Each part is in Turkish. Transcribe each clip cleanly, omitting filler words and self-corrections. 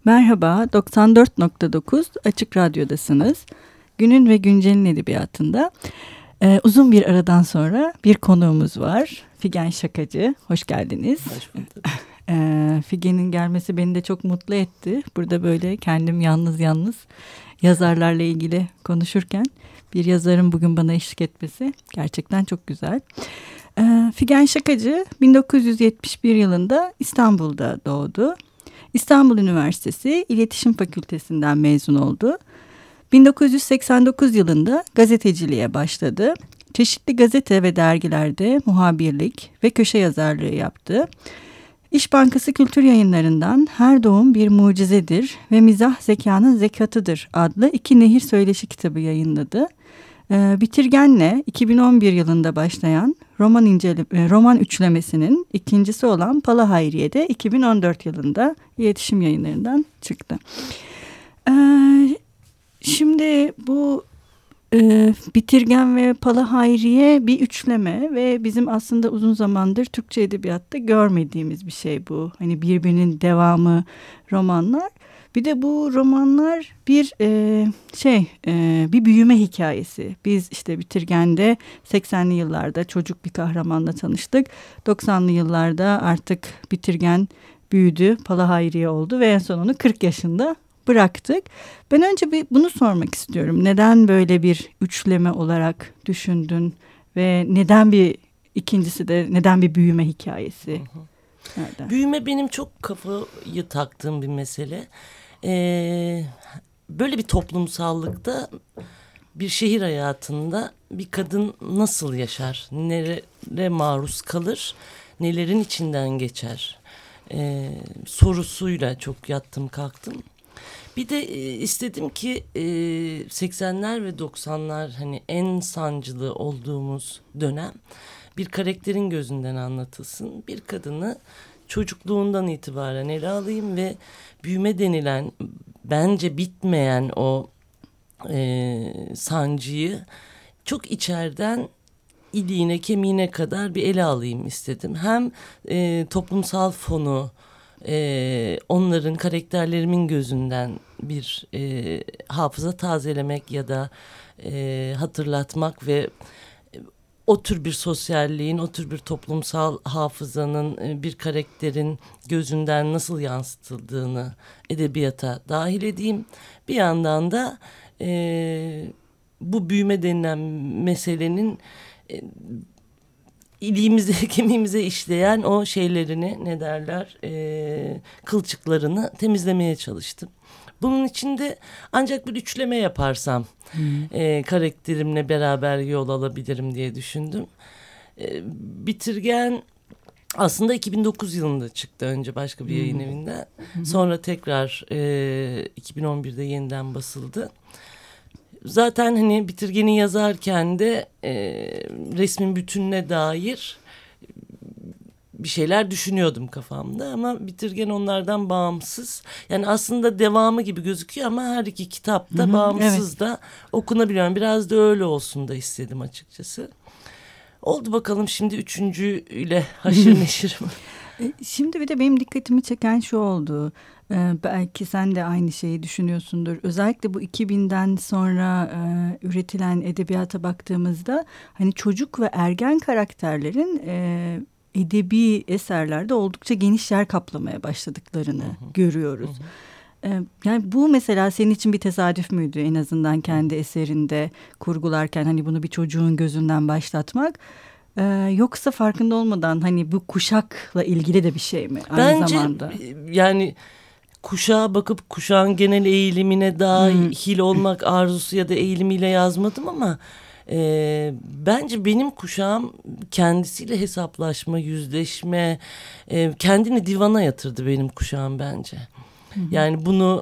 Merhaba, 94.9 Açık Radyo'dasınız. Günün ve Güncel'in edebiyatında uzun bir aradan sonra bir konuğumuz var. Figen Şakacı, hoş geldiniz. Hoş bulduk. Figen'in gelmesi beni de çok mutlu etti. Burada böyle kendim yalnız yazarlarla ilgili konuşurken bir yazarın bugün bana eşlik etmesi gerçekten çok güzel. Figen Şakacı 1971 yılında İstanbul'da doğdu. İstanbul Üniversitesi İletişim Fakültesinden mezun oldu. 1989 yılında gazeteciliğe başladı. Çeşitli gazete ve dergilerde muhabirlik ve köşe yazarlığı yaptı. İş Bankası Kültür Yayınları'ndan Her Doğum Bir Mucizedir ve Mizah Zekanın Zekatıdır adlı 2 nehir söyleşi kitabı yayınladı. Bitirgen'le 2011 yılında başlayan roman üçlemesinin ikincisi olan Pala Hayriye'de 2014 yılında iletişim yayınlarından çıktı. Şimdi bu Bitirgen ve Pala Hayriye bir üçleme ve bizim aslında uzun zamandır Türkçe edebiyatta görmediğimiz bir şey bu. Hani birbirinin devamı romanlar. Bir de bu romanlar bir büyüme hikayesi. Biz işte Bitirgen'de 80'li yıllarda çocuk bir kahramanla tanıştık. 90'lı yıllarda artık Bitirgen büyüdü, Pala Hayriye oldu ve en son onu 40 yaşında bıraktık. Ben önce bunu sormak istiyorum. Neden böyle bir üçleme olarak düşündün ve ikincisi de neden bir büyüme hikayesi? Nereden? Büyüme benim çok kafayı taktığım bir mesele. Böyle bir toplumsallıkta, bir şehir hayatında bir kadın nasıl yaşar? Nelere maruz kalır? Nelerin içinden geçer? Sorusuyla çok yattım kalktım. Bir de istedim ki 80'ler ve 90'lar hani en sancılı olduğumuz dönem bir karakterin gözünden anlatılsın. Bir kadını çocukluğundan itibaren ele alayım ve büyüme denilen, bence bitmeyen o sancıyı çok içeriden iliğine kemiğine kadar bir ele alayım istedim. Hem toplumsal fonu, onların, karakterlerimin gözünden bir hafıza tazelemek ya da hatırlatmak ve o tür bir sosyalliğin, o tür bir toplumsal hafızanın bir karakterin gözünden nasıl yansıtıldığını edebiyata dahil edeyim. Bir yandan da bu büyüme denilen meselenin iliğimize, kemiğimize işleyen o şeylerini, ne derler, kılçıklarını temizlemeye çalıştım. Bunun için de ancak bir üçleme yaparsam karakterimle beraber yol alabilirim diye düşündüm. Bitirgen aslında 2009 yılında çıktı, önce başka bir yayın evinden. Sonra tekrar 2011'de yeniden basıldı. Zaten hani Bitirgen'i yazarken de resmin bütününe dair bir şeyler düşünüyordum kafamda ama Bitirgen onlardan bağımsız. Yani aslında devamı gibi gözüküyor ama her iki kitapta bağımsız, evet, da okunabiliyor. Biraz da öyle olsun da istedim açıkçası. Oldu bakalım, şimdi üçüncüyle haşır neşir. Şimdi bir de benim dikkatimi çeken şu oldu. Belki sen de aynı şeyi düşünüyorsundur. Özellikle bu 2000'den sonra üretilen edebiyata baktığımızda hani çocuk ve ergen karakterlerin edebi eserlerde oldukça geniş yer kaplamaya başladıklarını görüyoruz. Yani bu mesela senin için bir tesadüf müydü, en azından kendi eserinde kurgularken hani bunu bir çocuğun gözünden başlatmak? Yoksa farkında olmadan hani bu kuşakla ilgili de bir şey mi aynı zamanda? Bence yani kuşağa bakıp kuşağın genel eğilimine dahil olmak arzusu ya da eğilimiyle yazmadım ama bence benim kuşağım kendisiyle hesaplaşma, yüzleşme, kendini divana yatırdı benim kuşağım bence. Yani bunu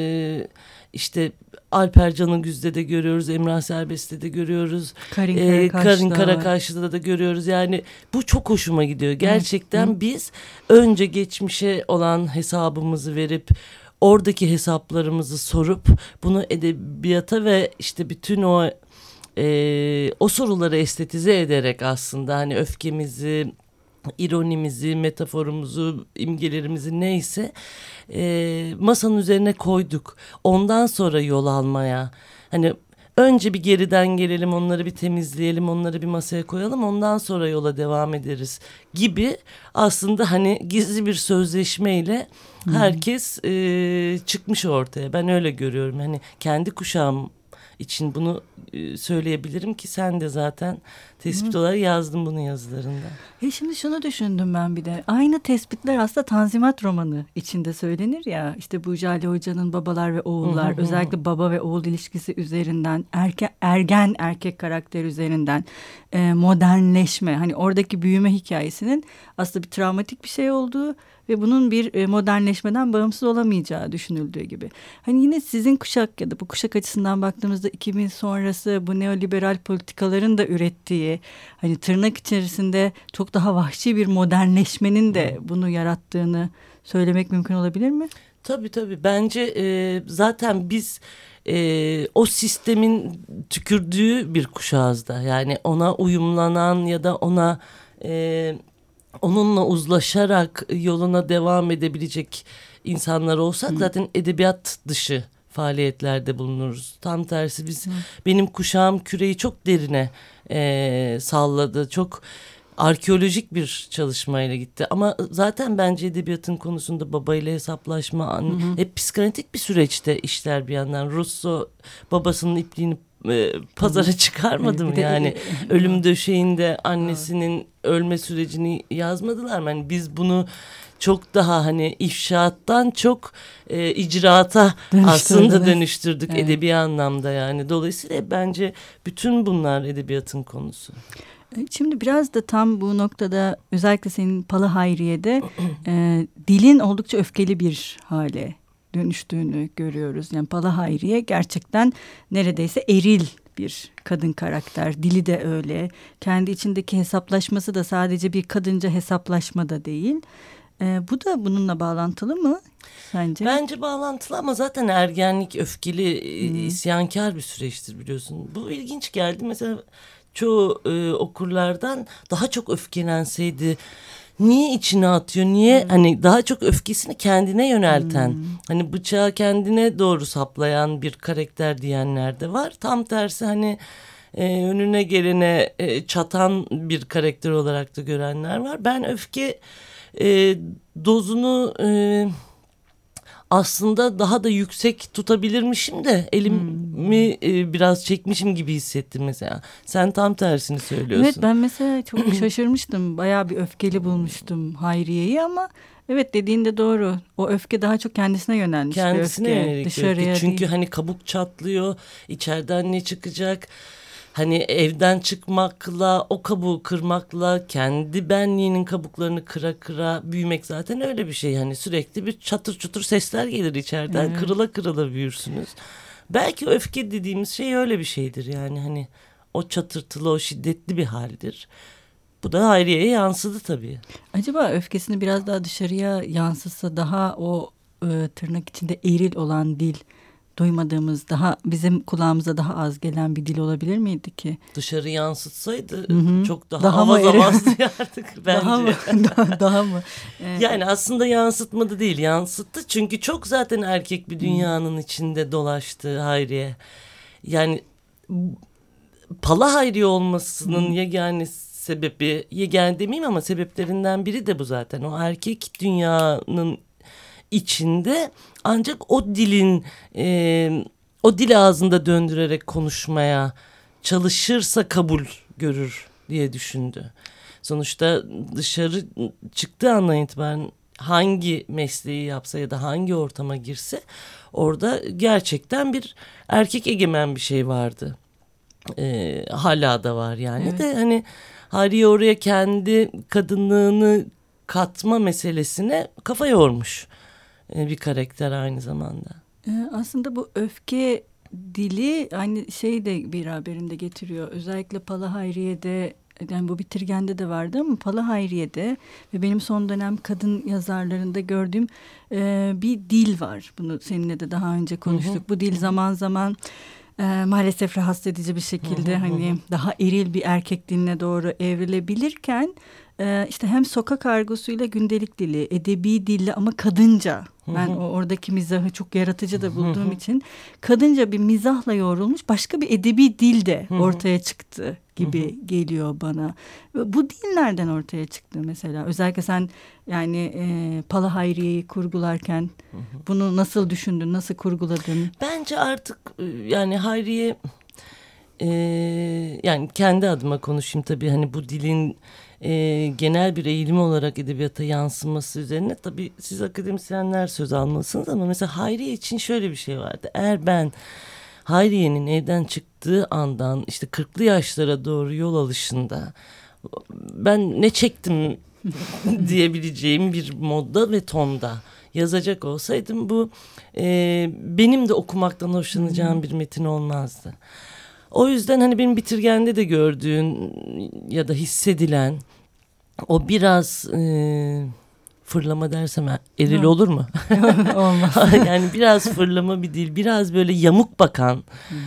işte Alper Canıgüz'de de görüyoruz, Emrah Serbest'te de görüyoruz, Karin Karakaşlı'da da görüyoruz. Yani bu çok hoşuma gidiyor. Gerçekten biz önce geçmişe olan hesabımızı verip oradaki hesaplarımızı sorup bunu edebiyata ve işte bütün o soruları estetize ederek aslında hani öfkemizi, ironimizi, metaforumuzu, imgelerimizi neyse masanın üzerine koyduk. Ondan sonra yol almaya, hani önce bir geriden gelelim, onları bir temizleyelim, onları bir masaya koyalım, ondan sonra yola devam ederiz gibi, aslında hani gizli bir sözleşmeyle herkes çıkmış ortaya. Ben öyle görüyorum. Hani kendi kuşağım için bunu söyleyebilirim ki sen de zaten tespit olarak yazdın bunu yazılarında. Şimdi şunu düşündüm ben bir de. Aynı tespitler aslında Tanzimat romanı içinde söylenir ya. İşte bu Jale Hoca'nın Babalar ve Oğullar, özellikle baba ve oğul ilişkisi üzerinden, ergen erkek karakter üzerinden modernleşme. Hani oradaki büyüme hikayesinin aslında bir travmatik bir şey olduğu ve bunun bir modernleşmeden bağımsız olamayacağı düşünüldüğü gibi. Hani yine sizin kuşak ya da bu kuşak açısından baktığımızda 2000 sonrası bu neoliberal politikaların da ürettiği, hani tırnak içerisinde çok daha vahşi bir modernleşmenin de bunu yarattığını söylemek mümkün olabilir mi? Tabii. Bence zaten biz o sistemin tükürdüğü bir kuşağız da. Yani ona uyumlanan ya da ona onunla uzlaşarak yoluna devam edebilecek insanlar olsak zaten edebiyat dışı faaliyetlerde bulunuruz. Tam tersi benim kuşağım küreyi çok derine salladı. Çok arkeolojik bir çalışmayla gitti. Ama zaten bence edebiyatın konusunda babayla hesaplaşma hep psikanalitik bir süreçte işler bir yandan. Rousseau babasının ipliğini pazara çıkarmadı mı yani? Ölüm döşeğinde annesinin ölme sürecini yazmadılar mı? Yani biz bunu çok daha hani ifşaattan çok icraata aslında dönüştürdük edebi anlamda yani. Dolayısıyla bence bütün bunlar edebiyatın konusu. Şimdi biraz da tam bu noktada özellikle senin Palı Hayriye'de dilin oldukça öfkeli bir hale dönüştüğünü görüyoruz. Yani Palı Hayriye gerçekten neredeyse eril bir kadın karakter. Dili de öyle. Kendi içindeki hesaplaşması da sadece bir kadınca hesaplaşma da değil. Bu da bununla bağlantılı mı sence? Bence bağlantılı ama zaten ergenlik öfkeli, isyankar bir süreçtir biliyorsun. Bu ilginç geldi. Mesela çoğu okurlardan daha çok öfkelenseydi, niye içine atıyor, niye hani daha çok öfkesini kendine yönelten, hani bıçağı kendine doğru saplayan bir karakter diyenler de var. Tam tersi hani önüne gelene çatan bir karakter olarak da görenler var. Ben öfke dozunu aslında daha da yüksek tutabilirmişim de elimi biraz çekmişim gibi hissettim mesela. Sen tam tersini söylüyorsun. Evet, ben mesela çok şaşırmıştım. Bayağı bir öfkeli bulmuştum Hayriye'yi ama evet, dediğinde doğru. O öfke daha çok kendisine yönelmiş kendisine bir öfke. yönelik Dışarıya öfke. Çünkü değil. hani kabuk çatlıyor. İçeriden ne çıkacak? Hani evden çıkmakla, o kabuğu kırmakla, kendi benliğinin kabuklarını kıra kıra büyümek zaten öyle bir şey. Hani sürekli bir çatır çutur sesler gelir içeriden. Evet. Kırıla kırıla büyürsünüz. Belki öfke dediğimiz şey öyle bir şeydir. Yani hani o çatırtılı, o şiddetli bir haldir. Bu da Hayriye'ye yansıdı tabii. Acaba öfkesini biraz daha dışarıya yansıtsa daha o tırnak içinde eril olan dil, duymadığımız, daha bizim kulağımıza daha az gelen bir dil olabilir miydi ki? Dışarı yansıtsaydı çok daha Daha avaz avaz duyardık bence. Daha mı? Yani aslında yansıtmadı değil, yansıttı. Çünkü çok zaten erkek bir dünyanın içinde dolaştı Hayriye. Yani Pala Hayriye olmasının yegane sebebi, yegane demeyeyim ama sebeplerinden biri de bu zaten. O erkek dünyanın içinde ancak o dilin o dil ağzında döndürerek konuşmaya çalışırsa kabul görür diye düşündü. Sonuçta dışarı çıktığı andan itibaren hangi mesleği yapsa ya da hangi ortama girse orada gerçekten bir erkek egemen bir şey vardı. Hala da var yani. Evet. De hani Hayriye oraya kendi kadınlığını katma meselesine kafa yormuş bir karakter aynı zamanda. Aslında bu öfke dili aynı şey de beraberinde getiriyor. Özellikle Pala Hayriye'de, yani bu Bitirgen'de de vardı ama Pala Hayriye'de ve benim son dönem kadın yazarlarında gördüğüm bir dil var. Bunu seninle de daha önce konuştuk. Bu dil zaman zaman maalesef rahatsız edici bir şekilde hani daha eril bir erkek diline doğru evrilebilirken işte hem sokak argosuyla gündelik dili, edebi dille ama kadınca. Ben oradaki mizahı çok yaratıcı da bulduğum için kadınca bir mizahla yoğrulmuş başka bir edebi dil de ortaya çıktı gibi geliyor bana. Bu dil nereden ortaya çıktı mesela? Özellikle sen yani Pala Hayriye'yi kurgularken bunu nasıl düşündün, nasıl kurguladın? Bence artık yani Hayriye, yani kendi adıma konuşayım tabii, hani bu dilin genel bir eğilimi olarak edebiyata yansıması üzerine tabii siz akademisyenler söz almalısınız, ama mesela Hayriye için şöyle bir şey vardı. Eğer ben Hayriye'nin evden çıktığı andan işte 40'lı yaşlara doğru yol alışında ben ne çektim diyebileceğim bir modda ve tonda yazacak olsaydım bu benim de okumaktan hoşlanacağım bir metin olmazdı. O yüzden hani benim Bitirgen'de de gördüğün ya da hissedilen o biraz fırlama dersem eril olur mu? Olmaz. Yani biraz fırlama bir dil, biraz böyle yamuk bakan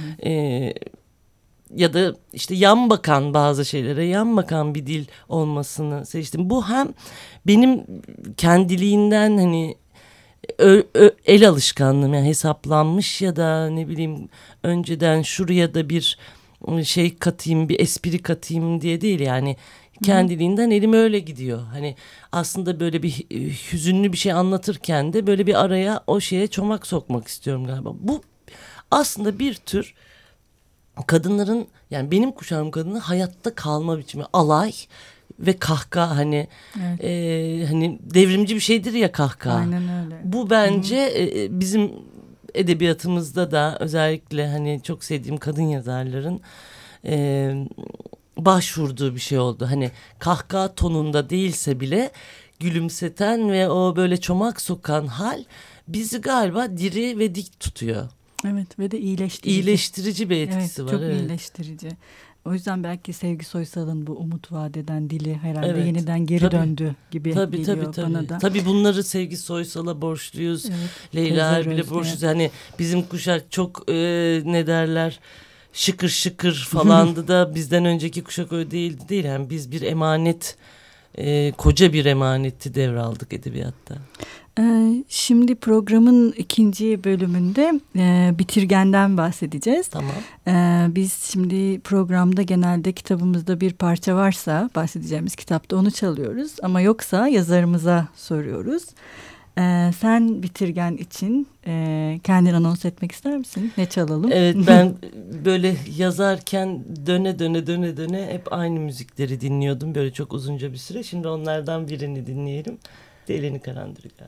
ya da işte yan bakan, bazı şeylere yan bakan bir dil olmasını seçtim. Bu hem benim kendiliğinden hani el alışkanlığım, yani hesaplanmış ya da ne bileyim önceden şuraya da bir şey katayım, bir espri katayım diye değil, yani kendiliğinden elim öyle gidiyor. Hani aslında böyle bir hüzünlü bir şey anlatırken de böyle bir araya o şeye çomak sokmak istiyorum galiba. Bu aslında bir tür kadınların, yani benim kuşağım kadını hayatta kalma biçimi, alay ve kahkaha, hani hani devrimci bir şeydir ya kahkaha. Aynen öyle. Bu bence bizim edebiyatımızda da özellikle hani çok sevdiğim kadın yazarların başvurduğu bir şey oldu. Hani kahkaha tonunda değilse bile gülümseten ve o böyle çomak sokan hal bizi galiba diri ve dik tutuyor. Evet, ve de iyileştirici. İyileştirici bir etkisi var. Çok iyileştirici. O yüzden belki Sevgi Soysal'ın bu umut vadeden dili herhalde yeniden geri döndü gibi geliyor bana da. Tabii bunları Sevgi Soysal'a borçluyuz. Leyla Erbil'e borçluyuz. Hani bizim kuşak çok ne derler, şıkır şıkır falandı da bizden önceki kuşak öyle değildi değil. Yani biz bir emanet, koca bir emaneti devraldık edebiyatta. Şimdi programın 2. bölümünde Bitirgen'den bahsedeceğiz. Tamam. Biz şimdi programda genelde kitabımızda bir parça varsa bahsedeceğimiz kitapta onu çalıyoruz. Ama yoksa yazarımıza soruyoruz. Sen Bitirgen için kendini anons etmek ister misin? Ne çalalım? Evet, ben böyle yazarken döne hep aynı müzikleri dinliyordum. Böyle çok uzunca bir süre. Şimdi onlardan birini dinleyelim. Eleni Karandır galiba.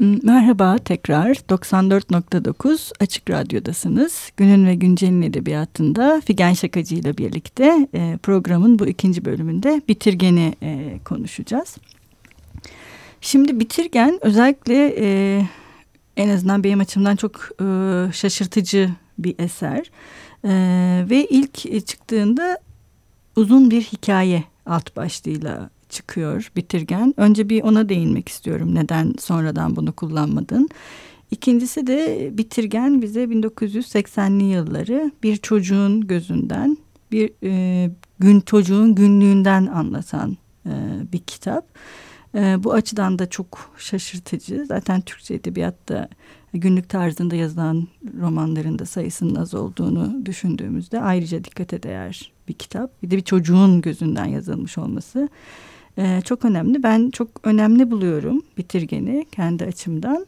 Merhaba tekrar 94.9 Açık Radyo'dasınız. Günün ve Güncel'in edebiyatında Figen Şakacı ile birlikte programın bu ikinci bölümünde Bitirgen'i konuşacağız. Şimdi Bitirgen özellikle en azından benim açımdan çok şaşırtıcı bir eser. Ve ilk çıktığında uzun bir hikaye alt başlığıyla çıkıyor Bitirgen. Önce bir ona değinmek istiyorum. Neden sonradan bunu kullanmadın? İkincisi de Bitirgen bize 1980'li yılları bir çocuğun gözünden, bir çocuğun günlüğünden anlatan bir kitap. Bu açıdan da çok şaşırtıcı. Zaten Türkçe edebiyatta günlük tarzında yazılan romanların da sayısının az olduğunu düşündüğümüzde ayrıca dikkate değer bir kitap. Bir de bir çocuğun gözünden yazılmış olması çok önemli. Ben çok önemli buluyorum Bitirgen'i kendi açımdan.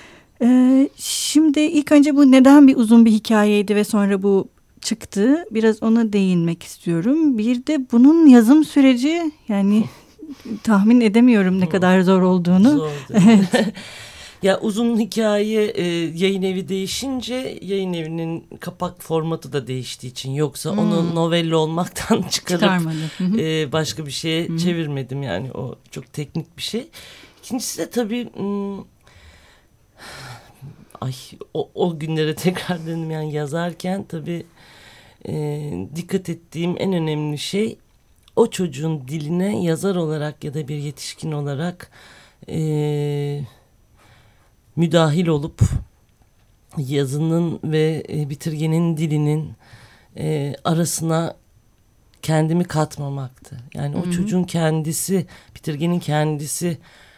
Şimdi ilk önce bu neden bir uzun bir hikayeydi ve sonra bu çıktı. Biraz ona değinmek istiyorum. Bir de bunun yazım süreci, yani tahmin edemiyorum ne kadar zor olduğunu. Zor. Evet. Ya uzun hikaye yayın evi değişince yayın evinin kapak formatı da değiştiği için, yoksa onu novello olmaktan çıkarıp başka bir şeye çevirmedim, yani o çok teknik bir şey. İkincisi de tabii o günlere tekrar döndüm, yani yazarken tabii dikkat ettiğim en önemli şey o çocuğun diline yazar olarak ya da bir yetişkin olarak müdahil olup yazının ve Bitirgen'in dilinin arasına kendimi katmamaktı. Yani o çocuğun kendisi, Bitirgen'in kendisi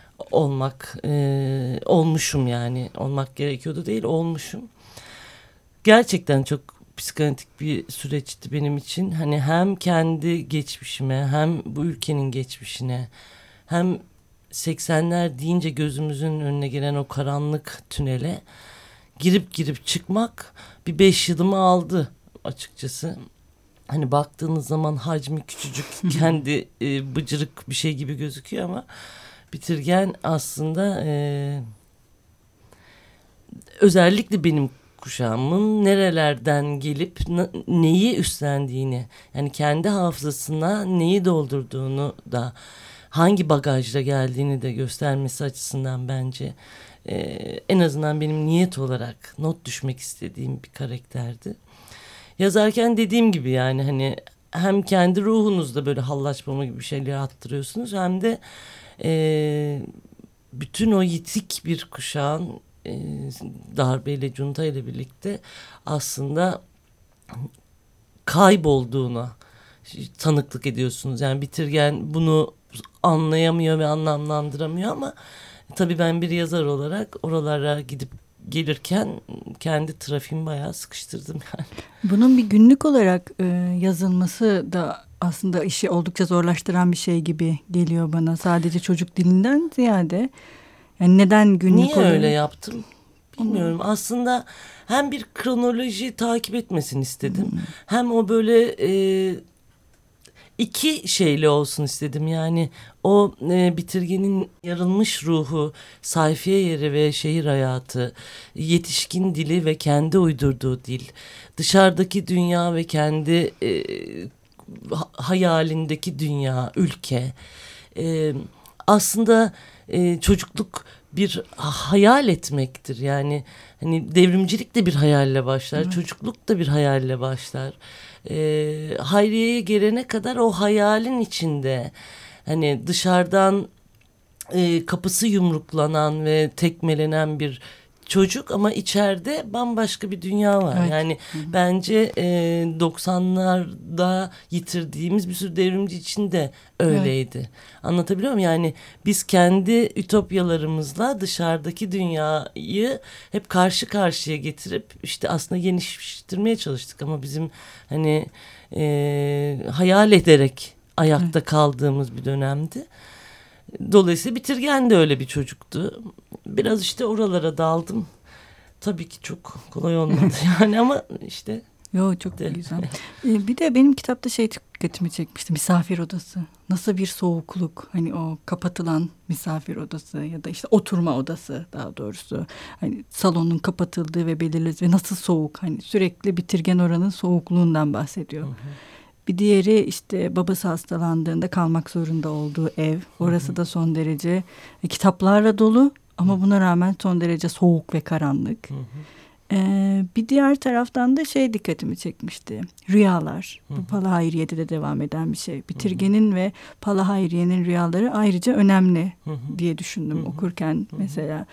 olmuşum, yani olmak gerekiyordu değil, olmuşum. Gerçekten çok psikanalitik bir süreçti benim için. Hani hem kendi geçmişime, hem bu ülkenin geçmişine, hem 80'ler deyince gözümüzün önüne gelen o karanlık tünele girip çıkmak bir 5 yılımı aldı açıkçası. Hani baktığınız zaman hacmi küçücük, kendi bıcırık bir şey gibi gözüküyor ama Bitirgen aslında özellikle benim kuşağımın nerelerden gelip neyi üstlendiğini, yani kendi hafızasına neyi doldurduğunu da, hangi bagajla geldiğini de göstermesi açısından bence en azından benim niyet olarak not düşmek istediğim bir karakterdi. Yazarken dediğim gibi, yani hani hem kendi ruhunuzda böyle hallaçmama gibi bir şeyler attırıyorsunuz, hem de bütün o yitik bir kuşağın darbeyle, junta ile birlikte aslında kaybolduğuna tanıklık ediyorsunuz. Yani Bitirgen bunu anlayamıyor ve anlamlandıramıyor ama tabii ben bir yazar olarak oralara gidip gelirken kendi trafiğimi bayağı sıkıştırdım yani. Bunun bir günlük olarak yazılması da aslında işi oldukça zorlaştıran bir şey gibi geliyor bana. Sadece çocuk dilinden ziyade. Yani neden günlük Niye olarak? öyle yaptım bilmiyorum. Aslında hem bir kronoloji takip etmesini istedim. Hem o böyle iki şeyli olsun istedim. Yani o Bitirgen'in yarılmış ruhu, sayfiye yeri ve şehir hayatı, yetişkin dili ve kendi uydurduğu dil, dışarıdaki dünya ve kendi hayalindeki dünya, ülke. Aslında çocukluk bir hayal etmektir. Yani hani devrimcilik de bir hayalle başlar, evet. Çocukluk da bir hayalle başlar. Hayriye'ye gelene kadar o hayalin içinde, hani dışarıdan kapısı yumruklanan ve tekmelenen bir çocuk ama içeride bambaşka bir dünya var. Evet. Yani bence 90'larda yitirdiğimiz bir sürü devrimci için de öyleydi. Evet. Anlatabiliyor muyum? Yani biz kendi ütopyalarımızla dışarıdaki dünyayı hep karşı karşıya getirip işte aslında genişleştirmeye çalıştık ama bizim hani hayal ederek ayakta kaldığımız bir dönemdi. Dolayısıyla Bitirgen de öyle bir çocuktu. Biraz işte oralara daldım. Tabii ki çok kolay olmadı yani ama işte. Yo, çok güzel. Bir de benim kitapta dikkatimi çekmişti. Misafir odası. Nasıl bir soğukluk. Hani o kapatılan misafir odası ya da işte oturma odası daha doğrusu. Hani salonun kapatıldığı ve belirli ve nasıl soğuk. Hani sürekli Bitirgen oranın soğukluğundan bahsediyor. Hı hı. Bir diğeri işte babası hastalandığında kalmak zorunda olduğu ev. Orası da son derece kitaplarla dolu ama buna rağmen son derece soğuk ve karanlık. Hı hı. Bir diğer taraftan da dikkatimi çekmişti. Rüyalar. Bu Pala Hayriye'de de devam eden bir şey. Bitirgen'in ve Pala Hayriye'nin rüyaları ayrıca önemli diye düşündüm okurken mesela.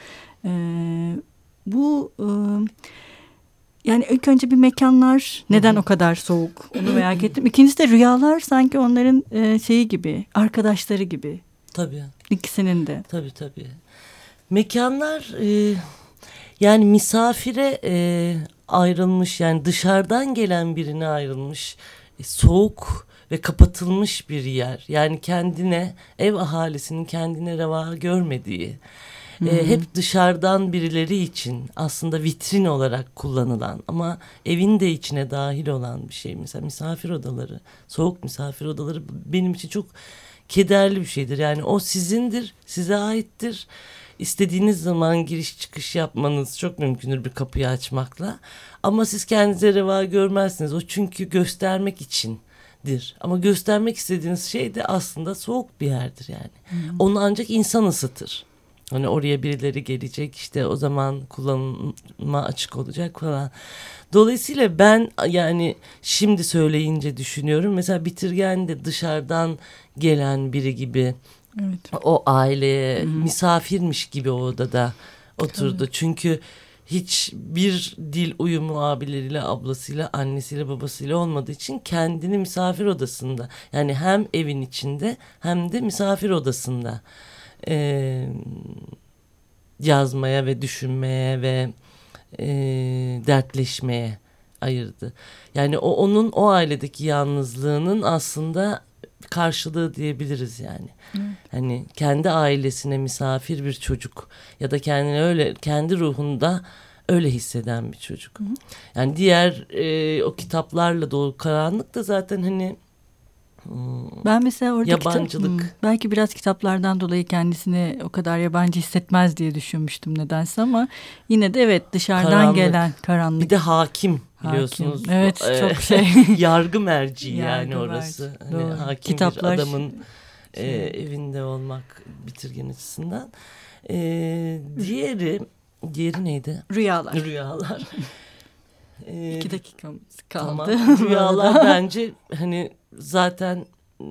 Bu yani ilk önce bir mekanlar neden o kadar soğuk onu merak ettim. İkincisi de rüyalar sanki onların şeyi gibi, arkadaşları gibi. Tabii. İkisinin de. Tabii. Mekanlar yani misafire ayrılmış, yani dışarıdan gelen birine ayrılmış, soğuk ve kapatılmış bir yer. Yani kendine, ev ahalisinin kendine reva görmediği, hep dışarıdan birileri için aslında vitrin olarak kullanılan ama evin de içine dahil olan bir şey. Mesela misafir odaları, soğuk misafir odaları benim için çok kederli bir şeydir. Yani o sizindir, size aittir. İstediğiniz zaman giriş çıkış yapmanız çok mümkündür bir kapıyı açmakla. Ama siz kendinize reva görmezsiniz. O çünkü göstermek içindir. Ama göstermek istediğiniz şey de aslında soğuk bir yerdir yani. Onu ancak insan ısıtır. Hani oraya birileri gelecek, işte o zaman kullanıma açık olacak falan. Dolayısıyla ben yani şimdi söyleyince düşünüyorum. Mesela Bitirgen de dışarıdan gelen biri gibi. Evet. O aileye misafirmiş gibi o odada oturdu. Tabii. Çünkü hiçbir dil uyumu abileriyle, ablasıyla, annesiyle, babasıyla olmadığı için kendini misafir odasında, yani hem evin içinde hem de misafir odasında yazmaya ve düşünmeye ve dertleşmeye ayırdı. Yani onun o ailedeki yalnızlığının aslında karşılığı diyebiliriz yani. Evet. Hani kendi ailesine misafir bir çocuk ya da kendini öyle, kendi ruhunda öyle hisseden bir çocuk. Hı hı. Yani diğer o kitaplarla dolu karanlık da zaten hani ben mesela orada yabancılık. Belki biraz kitaplardan dolayı kendisini o kadar yabancı hissetmez diye düşünmüştüm nedense ama yine de evet, dışarıdan gelen karanlık. Bir de hakim biliyorsunuz. Evet, çok yargı merci yani orası. Hani hakim kitaplar, bir adamın evinde olmak Bitirgen açısından. Diğeri neydi? Rüyalar. 2 dakikamız kaldı. Tamam. Rüyalar bence hani zaten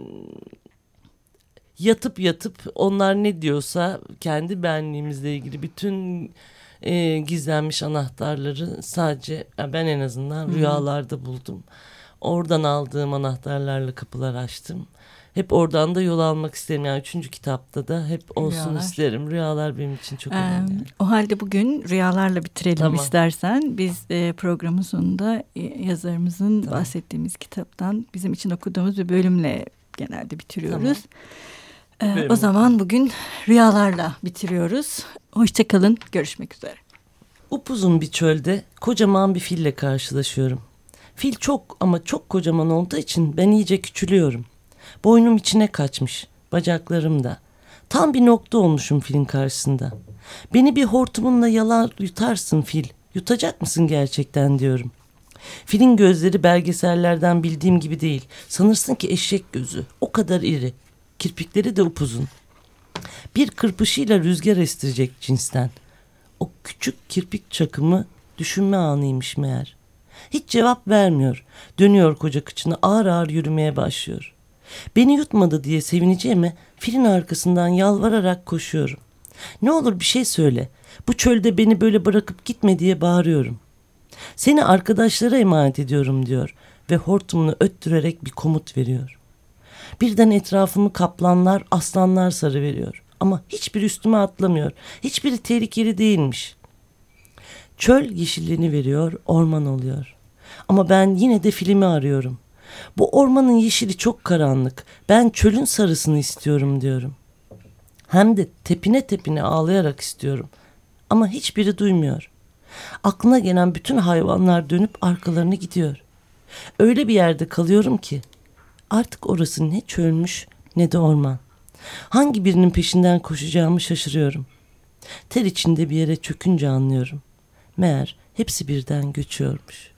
yatıp onlar ne diyorsa kendi benliğimizle ilgili bütün gizlenmiş anahtarları sadece ben en azından rüyalarda buldum. Oradan aldığım anahtarlarla kapılar açtım. Hep oradan da yol almak isterim. Yani 3. kitapta da hep olsun rüyalar. İsterim. Rüyalar benim için çok önemli. O halde bugün rüyalarla bitirelim istersen. Biz programın sonunda yazarımızın bahsettiğimiz kitaptan bizim için okuduğumuz bir bölümle genelde bitiriyoruz. O zaman bugün rüyalarla bitiriyoruz. Hoşçakalın. Görüşmek üzere. Upuzun bir çölde kocaman bir fille karşılaşıyorum. Fil çok ama çok kocaman olduğu için ben iyice küçülüyorum. Boynum içine kaçmış, bacaklarım da. Tam bir nokta olmuşum filin karşısında. Beni bir hortumunla yalar yutarsın fil. Yutacak mısın gerçekten diyorum. Filin gözleri belgesellerden bildiğim gibi değil. Sanırsın ki eşek gözü. O kadar iri. Kirpikleri de upuzun. Bir kırpışıyla rüzgar estirecek cinsten. O küçük kirpik çakımı düşünme anıymış meğer. Hiç cevap vermiyor. Dönüyor koca kıçını, ağır ağır yürümeye başlıyor. Beni yutmadı diye sevineceğime filin arkasından yalvararak koşuyorum. Ne olur bir şey söyle. Bu çölde beni böyle bırakıp gitme diye bağırıyorum. Seni arkadaşlara emanet ediyorum diyor ve hortumunu öttürerek bir komut veriyor. Birden etrafımı kaplanlar, aslanlar sarıveriyor. Ama hiçbiri üstüme atlamıyor. Hiçbiri tehlikeli değilmiş. Çöl yeşilleniveriyor, orman oluyor. Ama ben yine de filmi arıyorum. Bu ormanın yeşili çok karanlık. Ben çölün sarısını istiyorum diyorum. Hem de tepine tepine ağlayarak istiyorum. Ama hiçbiri duymuyor. Aklına gelen bütün hayvanlar dönüp arkalarını gidiyor. Öyle bir yerde kalıyorum ki artık orası ne çölmüş ne de orman. Hangi birinin peşinden koşacağımı şaşırıyorum. Ter içinde bir yere çökünce anlıyorum. Meğer hepsi birden göçüyormuş.